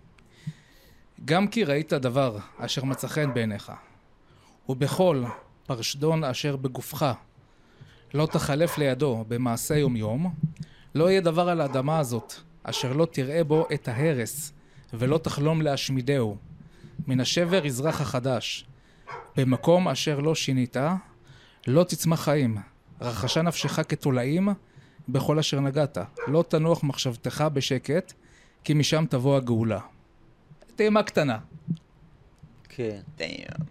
גם כי ראית דבר אשר מצא חן בעיניך, ובכל פרשדון אשר בגופך לא תחלף לידו במעשה יום יום, לא יהיה דבר על האדמה הזאת אשר לא תראה בו את ההרס, ולא תחלום להשמידהו. מן השבר יזרח החדש, במקום אשר לא שינית, לא תצמח חיים, רכשה נפשך כתולעים בכל אשר נגעת, לא תנוח מחשבתך בשקט, כי משם תבוא הגאולה. טעימה קטנה. כן. Damn.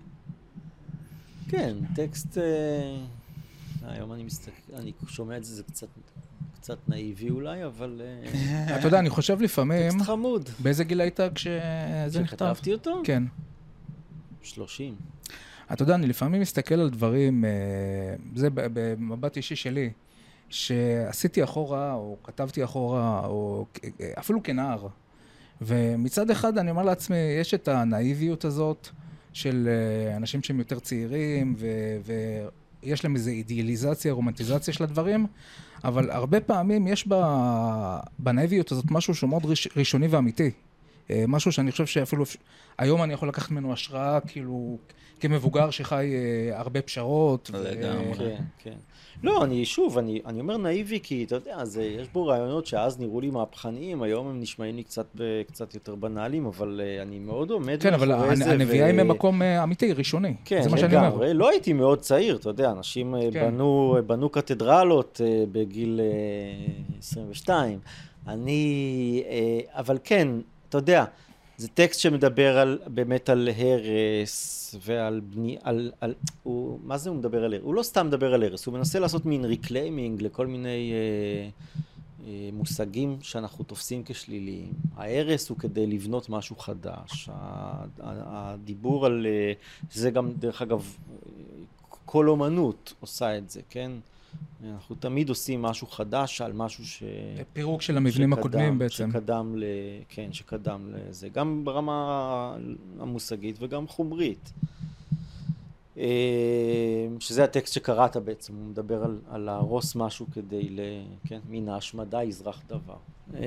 כן, טקסט... אה, היום אני מסתכל, אני שומע את זה, זה קצת, קצת נאיבי אולי, אבל... אה, אתה יודע, אני חושב לפעמים, טקסט חמוד. באיזה גיל היית כשזה נכתב? שכתבתי אותו? כן. שלושים. אתה יודע, אני לפעמים מסתכל על דברים, אה, זה ב- במבט אישי שלי, שעשיתי אחורה, או כתבתי אחורה, או כ- אפילו כנער. ומצד אחד אני אומר לעצמי, יש את הנאיביות הזאת של אה, אנשים שהם יותר צעירים, ו- ויש להם איזו אידיאליזציה, רומנטיזציה של הדברים, אבל הרבה פעמים יש ב- בנאיביות הזאת משהו שהוא מאוד ראש- ראשוני ואמיתי. אה, משהו שאני חושב שאפילו היום אני יכול לקחת ממנו השראה, כאילו, כמבוגר שחי אה, הרבה פשרות. ו- לגמרי. כן, כן. לא, אני שוב, אני, אני אומר נאיבי כי אתה יודע, זה, יש בו רעיונות שאז נראו לי מהפכניים, היום הם נשמעים לי קצת, ב- קצת יותר בנאליים, אבל uh, אני מאוד עומד כן, אבל מאחורי הנ- זה. הנביאה היא ממקום אה, אמיתי, ראשוני. כן, זה מה שאני אומר. לגמרי. לא הייתי מאוד צעיר, אתה יודע, אנשים אה, כן. בנו, בנו קתדרלות אה, בגיל אה, עשרים ושתיים. אני, אה, אבל כן, אתה יודע, זה טקסט שמדבר על, באמת על הרס ועל בני, על, על, הוא, מה זה הוא מדבר על הרס? הוא לא סתם מדבר על הרס, הוא מנסה לעשות מין ריקליימינג לכל מיני אה, אה, מושגים שאנחנו תופסים כשליליים. ההרס הוא כדי לבנות משהו חדש. ה- ה- הדיבור על, אה, זה גם דרך אגב, כל אומנות עושה את זה, כן? אנחנו תמיד עושים משהו חדש על משהו ש... פירוק של המבנים שקדם- הקודמים בעצם. שקדם ל... כן, שקדם לזה, גם ברמה המושגית וגם חומרית. אה, שזה הטקסט שקראת בעצם, הוא מדבר על, על להרוס משהו כדי ל... כן, מן ההשמדה יזרח דבר. אה,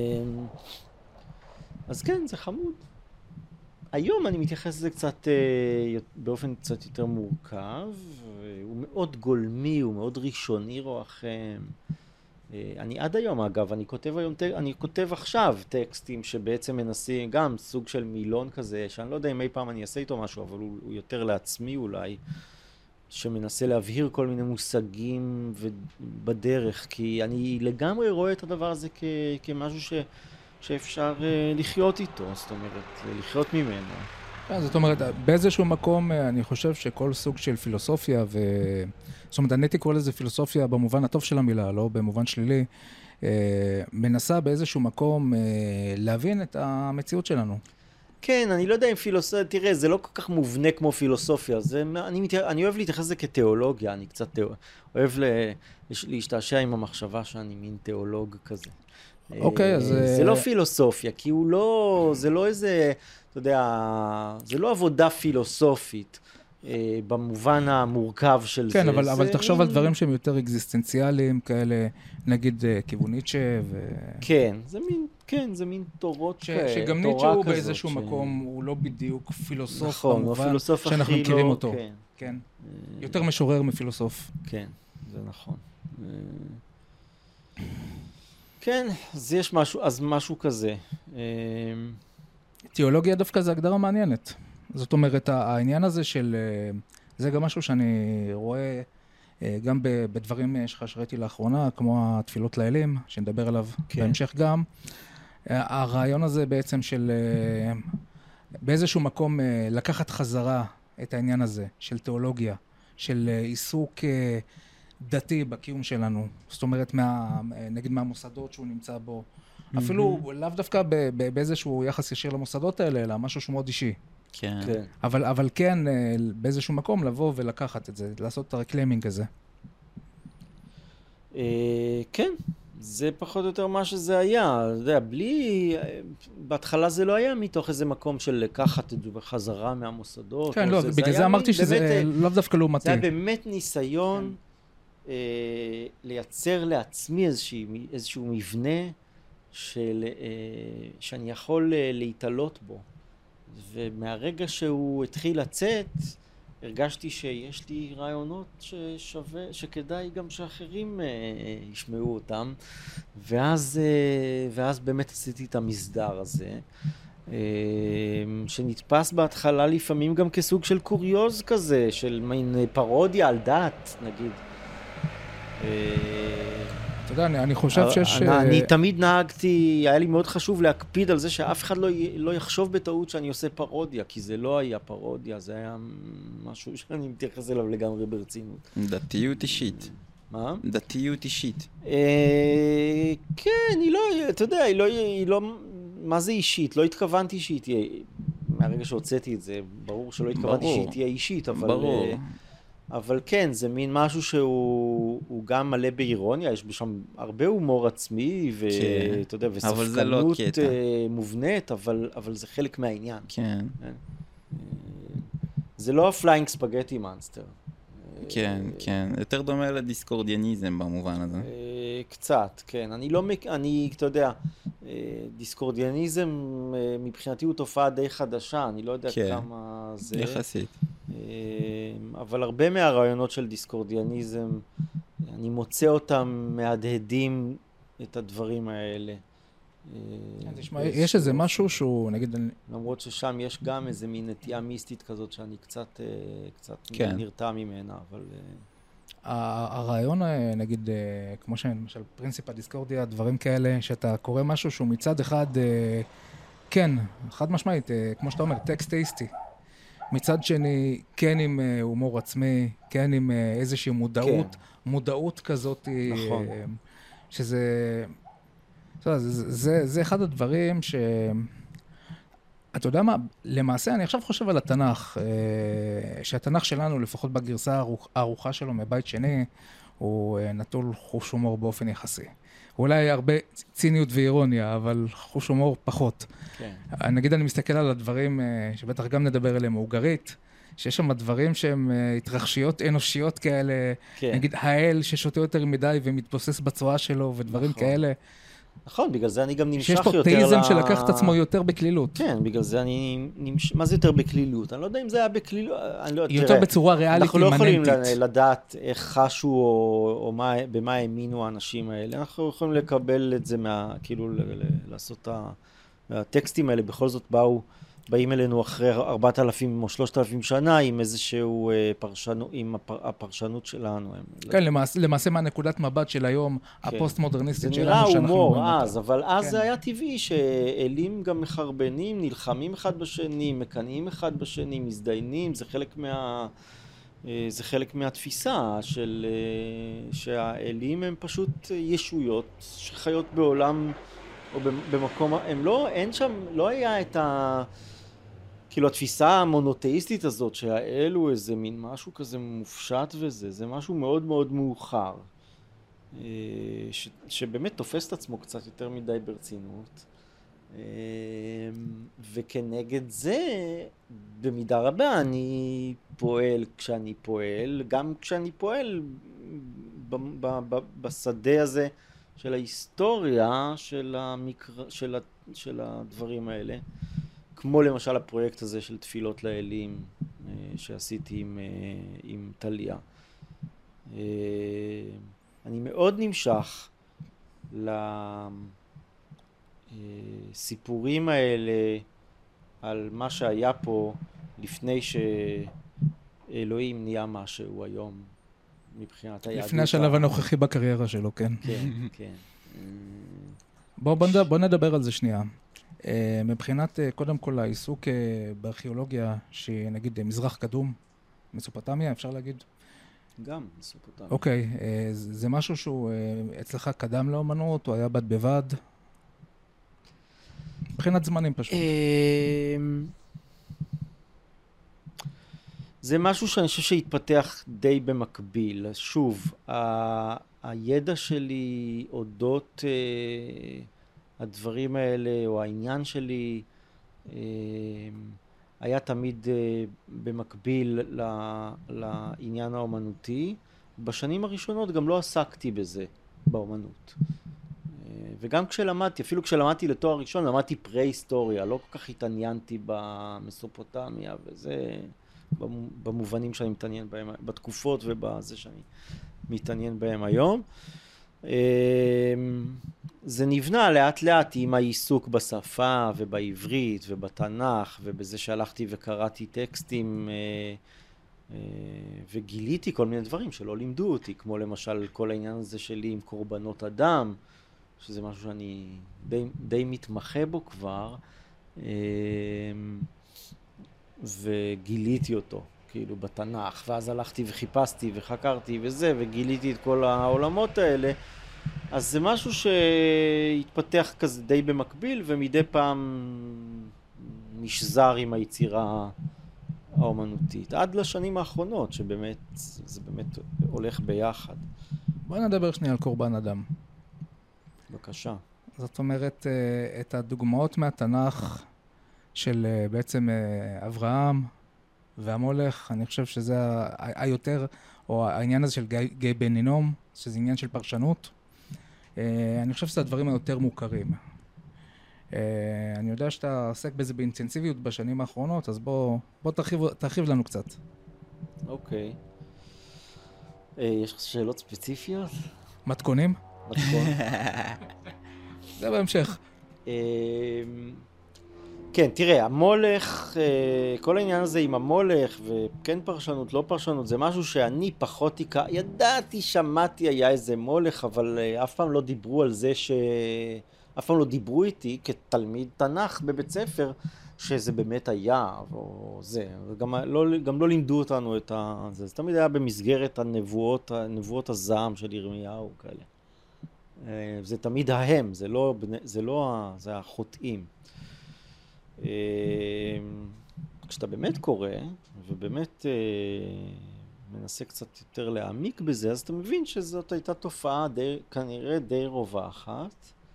אז כן, זה חמוד. היום אני מתייחס לזה קצת, אה, באופן קצת יותר מורכב, הוא מאוד גולמי, הוא מאוד ראשוני רועכם. אה, אני עד היום אגב, אני כותב היום, טק- אני כותב עכשיו טקסטים שבעצם מנסים, גם סוג של מילון כזה, שאני לא יודע אם אי פעם אני אעשה איתו משהו, אבל הוא, הוא יותר לעצמי אולי, שמנסה להבהיר כל מיני מושגים בדרך, כי אני לגמרי רואה את הדבר הזה כ, כמשהו ש... שאפשר uh, לחיות איתו, זאת אומרת, לחיות ממנו. כן, זאת אומרת, באיזשהו מקום אה, אני חושב שכל סוג של פילוסופיה, ו... זאת אומרת, אני הייתי קורא לזה פילוסופיה במובן הטוב של המילה, לא במובן שלילי, אה, מנסה באיזשהו מקום אה, להבין את המציאות שלנו. כן, אני לא יודע אם פילוסופיה, תראה, זה לא כל כך מובנה כמו פילוסופיה, זה, אני, מת... אני אוהב להתייחס לזה כתיאולוגיה, אני קצת תיאו... אוהב ל... להשתעשע עם המחשבה שאני מין תיאולוג כזה. אוקיי, אז... זה לא פילוסופיה, כי הוא לא, זה לא איזה, אתה יודע, זה לא עבודה פילוסופית. במובן המורכב של כן, זה. אבל, זה אבל תחשוב מין... על דברים שהם יותר אקזיסטנציאליים, כאלה, נגיד כיוון ניטשה ו... כן, זה מין, כן, זה מין תורות ש, כאלה, שגם ניטשה הוא באיזשהו ש... מקום, הוא לא בדיוק פילוסוף, נכון, במובן פילוסוף שאנחנו מכירים לא, אותו. כן. כן. יותר משורר מפילוסוף. כן, זה נכון. כן, אז יש משהו, אז משהו כזה. תיאולוגיה דווקא זה הגדרה מעניינת. זאת אומרת, העניין הזה של... זה גם משהו שאני רואה גם בדברים שלך שראיתי לאחרונה, כמו התפילות לאלים, שנדבר עליו כן. בהמשך גם. הרעיון הזה בעצם של באיזשהו מקום לקחת חזרה את העניין הזה של תיאולוגיה, של עיסוק דתי בקיום שלנו. זאת אומרת, מה, נגיד מהמוסדות שהוא נמצא בו. Mm-hmm. אפילו לאו דווקא באיזשהו יחס ישיר למוסדות האלה, אלא משהו שהוא מאוד אישי. כן. כן. אבל, אבל כן, באיזשהו מקום לבוא ולקחת את זה, לעשות את הרקליימינג הזה. כן, זה פחות או יותר מה שזה היה. אתה יודע, בלי... בהתחלה זה לא היה מתוך איזה מקום של לקחת את זה בחזרה מהמוסדות. כן, לא, זה, בגלל זה זה אמרתי שזה באמת, לאו דווקא לעומתי. זה היה באמת ניסיון כן. אה, לייצר לעצמי איזשהו, איזשהו מבנה של, אה, שאני יכול אה, להתעלות בו. ומהרגע שהוא התחיל לצאת, הרגשתי שיש לי רעיונות ששווה, שכדאי גם שאחרים אה, ישמעו אותם, ואז, אה, ואז באמת עשיתי את המסדר הזה, אה, שנתפס בהתחלה לפעמים גם כסוג של קוריוז כזה, של מין פרודיה על דת, נגיד. אה, אתה יודע, אני, אני חושב שיש... אני, אני תמיד נהגתי, היה לי מאוד חשוב להקפיד על זה שאף אחד לא, לא יחשוב בטעות שאני עושה פרודיה, כי זה לא היה פרודיה, זה היה משהו שאני מתייחס אליו לגמרי ברצינות. דתיות אישית. מה? דתיות אישית. אה, כן, היא לא, אתה יודע, היא לא, היא לא, מה זה אישית? לא התכוונתי שהיא תהיה, מהרגע שהוצאתי את זה, ברור שלא התכוונתי ברור. שהיא תהיה אישית, אבל... ברור. אבל כן, זה מין משהו שהוא גם מלא באירוניה, יש שם הרבה הומור עצמי, ואתה יודע, וספקנות מובנית, אבל, אבל זה חלק מהעניין. כן. זה לא הפליינג ספגטי מאנסטר. כן, כן. יותר דומה לדיסקורדיאניזם במובן הזה. קצת, כן. אני לא, אני, אתה יודע, דיסקורדיאניזם מבחינתי הוא תופעה די חדשה, אני לא יודע כמה זה. יחסית. אבל הרבה מהרעיונות של דיסקורדיאניזם, אני מוצא אותם מהדהדים את הדברים האלה. יש איזה משהו שהוא, נגיד... למרות ששם יש גם איזה מין נטייה מיסטית כזאת שאני קצת, קצת נרתע ממנה, אבל... הרעיון, נגיד, כמו שלמשל פרינציפ הדיסקורדיה, דברים כאלה, שאתה קורא משהו שהוא מצד אחד, כן, חד משמעית, כמו שאתה אומר, טקסט טייסטי. מצד שני, כן עם הומור עצמי, כן עם איזושהי מודעות, כן. מודעות כזאת, נכון. שזה, זה, זה, זה אחד הדברים ש... אתה יודע מה, למעשה אני עכשיו חושב על התנ"ך, שהתנ"ך שלנו, לפחות בגרסה הארוכה שלו מבית שני, הוא נטול חוש הומור באופן יחסי. אולי הרבה ציניות ואירוניה, אבל חוש הומור פחות. כן. נגיד אני מסתכל על הדברים שבטח גם נדבר עליהם, הוגרית, שיש שם דברים שהם התרחשויות אנושיות כאלה, כן. נגיד האל ששותה יותר מדי ומתבוסס בצורה שלו ודברים נכון. כאלה. נכון, בגלל זה אני גם נמשך יותר... שיש פה טייזם ל... שלקח את עצמו יותר בכלילות. כן, בגלל זה אני נמשך... מה זה יותר בכלילות? אני לא יודע אם זה היה בכלילות... אני לא... יותר תראה, בצורה ריאלית אימננטית. אנחנו לא יכולים לדעת איך חשו או, או מה, במה האמינו האנשים האלה. אנחנו יכולים לקבל את זה מה... כאילו ל... ל... לעשות את ה... הטקסטים האלה בכל זאת באו... באים אלינו אחרי ארבעת אלפים או שלושת אלפים שנה עם איזשהו פרשנות, עם הפרשנות שלנו. כן, למעשה, למעשה מהנקודת מבט של היום, כן. הפוסט-מודרניסטית שלנו שאנחנו רואים אותה. זה נראה הומור אז, אבל אז כן. זה היה טבעי שאלים גם מחרבנים, נלחמים אחד בשני, מקנאים אחד בשני, מזדיינים, זה חלק מה... זה חלק מהתפיסה של שהאלים הם פשוט ישויות שחיות בעולם או במקום, הם לא, אין שם, לא היה את ה... כאילו התפיסה המונותאיסטית הזאת שהאל הוא איזה מין משהו כזה מופשט וזה, זה משהו מאוד מאוד מאוחר, ש, שבאמת תופס את עצמו קצת יותר מדי ברצינות, וכנגד זה, במידה רבה, אני פועל כשאני פועל, גם כשאני פועל ב- ב- ב- בשדה הזה של ההיסטוריה של, המקר... של, ה... של הדברים האלה, כמו למשל הפרויקט הזה של תפילות לאלים שעשיתי עם, עם טליה. אני מאוד נמשך לסיפורים האלה על מה שהיה פה לפני שאלוהים נהיה מה שהוא היום מבחינת היהדות. לפני השלב הנוכחי בקריירה שלו, כן. כן, כן. בוא, בוא, נדבר, בוא נדבר על זה שנייה. מבחינת, קודם כל, העיסוק בארכיאולוגיה, שנגיד מזרח קדום, מסופוטמיה, אפשר להגיד? גם מסופוטמיה. אוקיי, זה משהו שהוא אצלך קדם לאומנות, או היה בד בבד? מבחינת זמנים פשוט. זה משהו שאני חושב שהתפתח די במקביל. שוב, הידע שלי אודות הדברים האלה, או העניין שלי, היה תמיד במקביל לעניין האומנותי. בשנים הראשונות גם לא עסקתי בזה, באומנות. וגם כשלמדתי, אפילו כשלמדתי לתואר ראשון, למדתי פרה-היסטוריה, לא כל כך התעניינתי במסופוטמיה, וזה במובנים שאני מתעניין בהם, בתקופות ובזה שאני מתעניין בהם היום. זה נבנה לאט לאט עם העיסוק בשפה ובעברית ובתנ"ך ובזה שהלכתי וקראתי טקסטים וגיליתי כל מיני דברים שלא לימדו אותי, כמו למשל כל העניין הזה שלי עם קורבנות אדם, שזה משהו שאני די, די מתמחה בו כבר, וגיליתי אותו כאילו בתנ"ך, ואז הלכתי וחיפשתי וחקרתי וזה, וגיליתי את כל העולמות האלה. אז זה משהו שהתפתח כזה די במקביל, ומדי פעם נשזר עם היצירה האומנותית, עד לשנים האחרונות, שבאמת, זה באמת הולך ביחד. בוא נדבר שנייה על קורבן אדם. בבקשה. זאת אומרת, את הדוגמאות מהתנ"ך של בעצם אברהם והמולך, אני חושב שזה היותר, או העניין הזה של גיא בן הינום, שזה עניין של פרשנות. אני חושב שזה הדברים היותר מוכרים. אני יודע שאתה עוסק בזה באינטנסיביות בשנים האחרונות, אז בוא, בוא תרחיב, תרחיב לנו קצת. אוקיי. יש שאלות ספציפיות? מתכונים? מתכון. זה בהמשך. כן, תראה, המולך, כל העניין הזה עם המולך, וכן פרשנות, לא פרשנות, זה משהו שאני פחות עיקר, ידעתי, שמעתי, היה איזה מולך, אבל אף פעם לא דיברו על זה ש... אף פעם לא דיברו איתי כתלמיד תנ"ך בבית ספר, שזה באמת היה, או זה. וגם לא, גם לא לימדו אותנו את ה... זה, זה תמיד היה במסגרת הנבואות, הנבואות הזעם של ירמיהו, כאלה. זה תמיד ההם, זה לא, זה לא, זה החוטאים. כשאתה באמת קורא, ובאמת מנסה קצת יותר להעמיק בזה, אז אתה מבין שזאת הייתה תופעה די, כנראה די רווחת,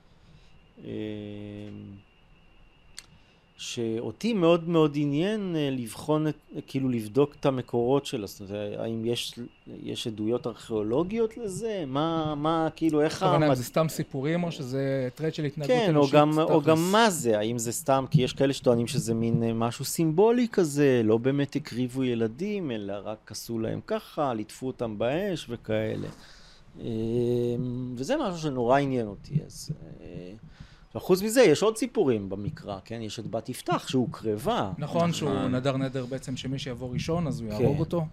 שאותי מאוד מאוד עניין לבחון, כאילו לבדוק את המקורות שלה, זאת אומרת, האם יש, יש עדויות ארכיאולוגיות לזה? מה, מה, כאילו, איך... כמובן, האם זה סתם סיפורים או שזה טרייד של התנהגות אנושית? כן, או גם, או גם מה זה, האם זה סתם, כי יש כאלה שטוענים שזה מין משהו סימבולי כזה, לא באמת הקריבו ילדים, אלא רק עשו להם ככה, ליטפו אותם באש וכאלה. וזה משהו שנורא עניין אותי, אז... וחוץ מזה, יש עוד סיפורים במקרא, כן? יש את בת יפתח שהוא קרבה. נכון, שהוא נדר נדר בעצם שמי שיבוא ראשון, אז הוא יהרוג אותו.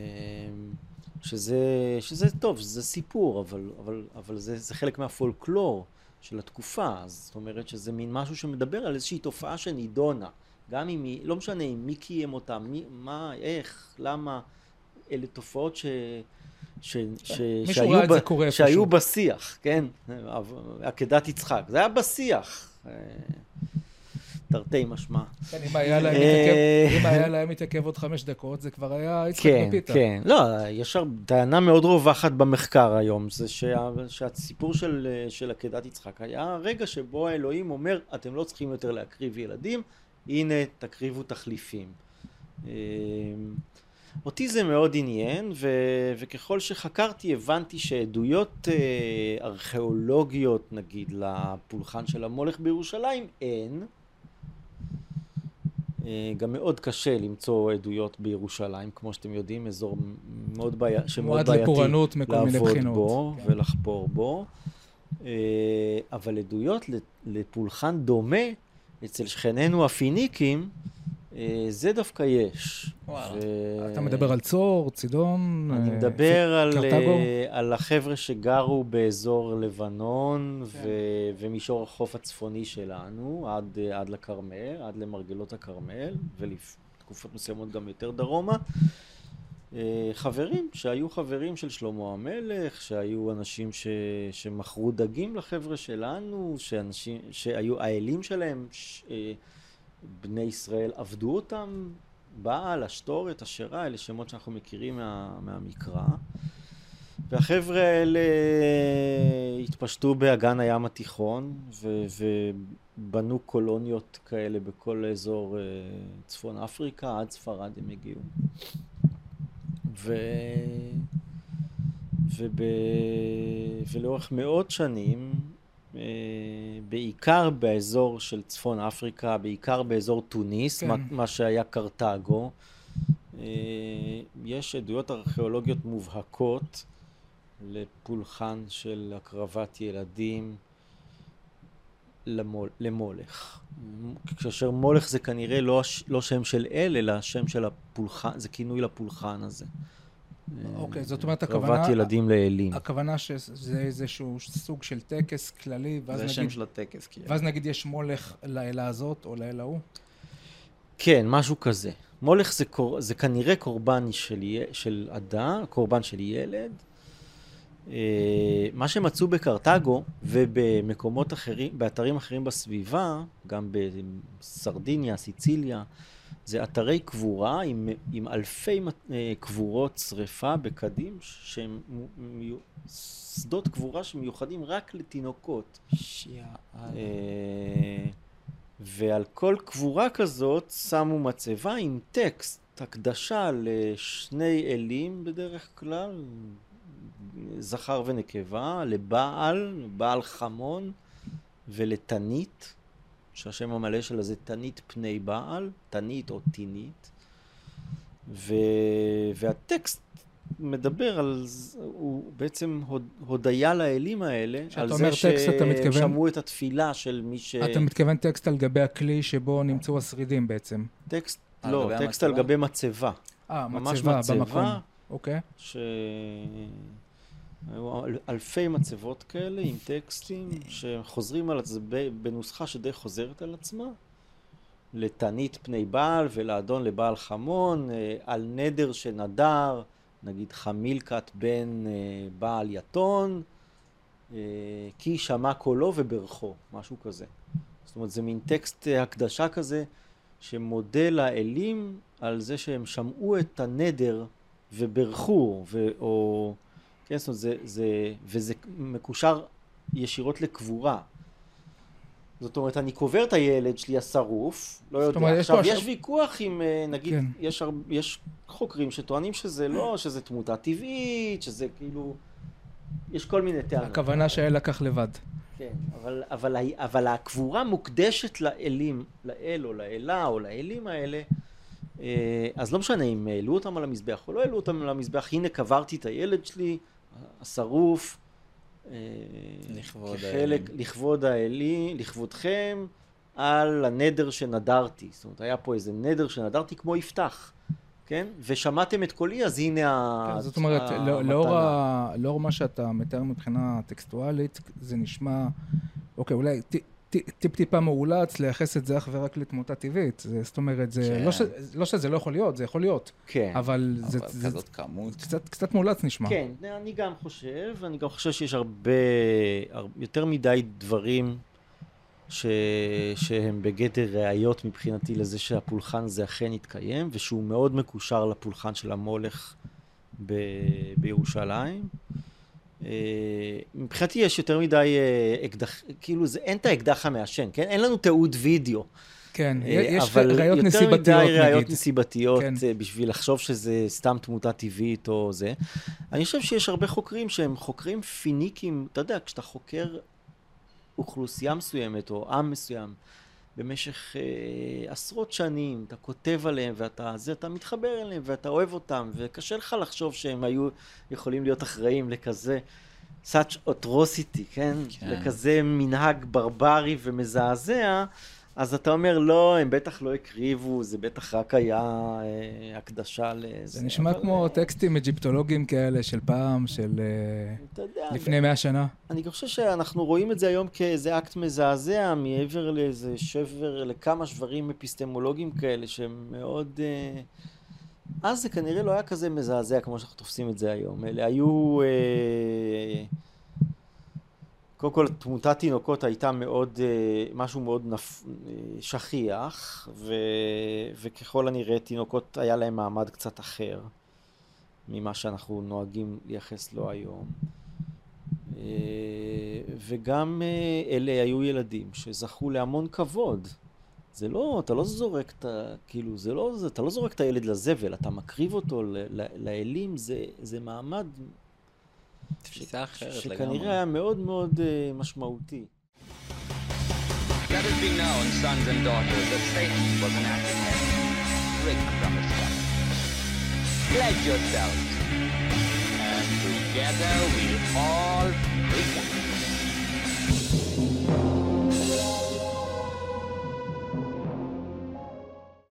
שזה, שזה טוב, זה סיפור, אבל, אבל, אבל זה, זה חלק מהפולקלור של התקופה. אז זאת אומרת שזה מין משהו שמדבר על איזושהי תופעה שנידונה. גם אם היא, לא משנה אם מי קיים אותה, מי, מה, איך, למה, אלה תופעות ש... ש, ש, שהיו, ב, שהיו בשיח, כן? עקדת יצחק, זה היה בשיח. תרתי משמע. כן, אם היה להם מתעכב, אם היה להם מתעכב עוד חמש דקות, זה כבר היה יצחק בפיתה. כן, כן. לא, יש טענה מאוד רווחת במחקר היום, זה שה, שהסיפור של, של עקדת יצחק היה רגע שבו האלוהים אומר, אתם לא צריכים יותר להקריב ילדים, הנה תקריבו תחליפים. אותי זה מאוד עניין, ו, וככל שחקרתי הבנתי שעדויות ארכיאולוגיות, נגיד, לפולחן של המולך בירושלים, אין. גם מאוד קשה למצוא עדויות בירושלים, כמו שאתם יודעים, אזור מאוד בעי... שמאוד בעייתי לעבוד בו כן. ולחפור בו. אבל עדויות לפולחן דומה אצל שכנינו הפיניקים, זה דווקא יש. וואו. ו... אתה מדבר על צור, צידון, אני מדבר על, על החבר'ה שגרו באזור לבנון כן. ו... ומישור החוף הצפוני שלנו, עד, עד לכרמל, עד למרגלות הכרמל, ולתקופות מסוימות גם יותר דרומה. חברים שהיו חברים של שלמה המלך, שהיו אנשים ש... שמכרו דגים לחבר'ה שלנו, שאנשים... שהיו האלים שלהם, ש... בני ישראל עבדו אותם, בעל, אשתורת, אשרה, אלה שמות שאנחנו מכירים מה, מהמקרא. והחבר'ה האלה התפשטו באגן הים התיכון, ו, ובנו קולוניות כאלה בכל אזור צפון אפריקה, עד ספרד הם הגיעו. ו... וב... ולאורך מאות שנים, בעיקר באזור של צפון אפריקה, בעיקר באזור טוניס, כן. מה, מה שהיה קרתגו, יש עדויות ארכיאולוגיות מובהקות לפולחן של הקרבת ילדים למול, למולך. כאשר מולך זה כנראה לא, לא שם של אל, אלא שם של הפולחן, זה כינוי לפולחן הזה. אוקיי, זאת אומרת, הכוונה... קרבת ילדים לאלים. הכוונה שזה איזשהו סוג של טקס כללי, ואז נגיד... זה שם של הטקס, כאילו. ואז נגיד יש מולך לאלה הזאת או לאלה ההוא? כן, משהו כזה. מולך זה, קור... זה כנראה קורבן של, י... של אדם, קורבן של ילד. מה שמצאו בקרתגו ובמקומות אחרים, באתרים אחרים בסביבה, גם בסרדיניה, סיציליה, זה אתרי קבורה עם, עם אלפי קבורות שריפה בקדים, שהם שדות קבורה שמיוחדים רק לתינוקות. ועל כל קבורה כזאת שמו מצבה עם טקסט, הקדשה לשני אלים בדרך כלל, זכר ונקבה, לבעל, בעל חמון ולתנית, שהשם המלא שלה זה תנית פני בעל, תנית או תינית. ו... והטקסט מדבר על, הוא בעצם הוד... הודיה לאלים האלה, על זה שהם שמעו את התפילה של מי ש... אתה מתכוון טקסט על גבי הכלי שבו נמצאו השרידים בעצם? טקסט, לא, טקסט על גבי מצבה. אה, מצבה, במקום. אוקיי. ש... היו אלפי מצבות כאלה עם טקסטים שחוזרים על זה בנוסחה שדי חוזרת על עצמה, לתנית פני בעל ולאדון לבעל חמון, על נדר שנדר, נגיד חמילקת בן בעל יתון, כי שמע קולו וברכו, משהו כזה. זאת אומרת, זה מין טקסט הקדשה כזה שמודה לאלים על זה שהם שמעו את הנדר וברכו, ו... או... כן, זאת אומרת, זה, זה, וזה מקושר ישירות לקבורה. זאת אומרת, אני קובר את הילד שלי השרוף, לא יודע. אומרת, עכשיו, יש, יש ויכוח עם, נגיד, כן. יש, יש חוקרים שטוענים שזה לא, שזה תמותה טבעית, שזה כאילו, יש כל מיני טענות. הכוונה שהאל לקח לבד. כן, אבל, אבל, אבל הקבורה מוקדשת לאלים, לאל או לאלה או לאלים האלה, אז לא משנה אם העלו אותם על המזבח או לא העלו אותם על המזבח, הנה קברתי את הילד שלי, השרוף, לכבוד כחלק, לכבוד האלי, לכבודכם, על הנדר שנדרתי. זאת אומרת, היה פה איזה נדר שנדרתי כמו יפתח, כן? ושמעתם את קולי, אז הנה המתנה. כן, זאת אומרת, לאור מה שאתה מתאר מבחינה טקסטואלית, זה נשמע, אוקיי, אולי טיפ-טיפה מאולץ לייחס את זה אך ורק לתמותה טבעית. זאת אומרת, לא שזה לא יכול להיות, זה יכול להיות. כן. אבל זה כזאת כמות. קצת מאולץ נשמע. כן, אני גם חושב, אני גם חושב שיש הרבה, יותר מדי דברים ש... שהם בגדר ראיות מבחינתי לזה שהפולחן הזה אכן התקיים, ושהוא מאוד מקושר לפולחן של המולך ב... בירושלים. מבחינתי יש יותר מדי אקדח, כאילו זה, אין את האקדח המעשן, כן? אין לנו תיעוד וידאו. כן, יש ראיות נסיבתיות נגיד. אבל יותר מדי ראיות נסיבתיות בשביל לחשוב שזה סתם תמותה טבעית או זה. אני חושב שיש הרבה חוקרים שהם חוקרים פיניקים, אתה יודע, כשאתה חוקר אוכלוסייה מסוימת או עם מסוים במשך אה, עשרות שנים, אתה כותב עליהם ואתה זה, אתה מתחבר אליהם ואתה אוהב אותם, וקשה לך לחשוב שהם היו יכולים להיות אחראים לכזה such atrocity, כן? כן. לכזה מנהג ברברי ומזעזע, אז אתה אומר, לא, הם בטח לא הקריבו, זה בטח רק היה אה, הקדשה לזה. זה נשמע אבל... כמו טקסטים אג'יפטולוגיים כאלה של פעם, של אה, יודע, לפני מאה שנה. אני חושב שאנחנו רואים את זה היום כאיזה אקט מזעזע, מעבר לאיזה שבר, לכמה שברים אפיסטמולוגיים כאלה, שהם מאוד... אה... אז זה כנראה לא היה כזה מזעזע כמו שאנחנו תופסים את זה היום. אלה היו... אה... קודם כל, תמותת תינוקות הייתה מאוד, משהו מאוד נפ... שכיח, ו... וככל הנראה תינוקות היה להם מעמד קצת אחר ממה שאנחנו נוהגים לייחס לו היום. וגם אלה היו ילדים שזכו להמון כבוד. זה לא, אתה לא זורק את ה... כאילו, זה לא, אתה לא זורק את הילד לזבל, אתה מקריב אותו ל... לאלים, זה, זה מעמד... תפיסה אחרת לגמרי. שכנראה היה מאוד מאוד משמעותי. Let it be known, sons and daughters, that Satan was an act of heaven. Drink from his cup. Pledge yourselves, and together we'll all drink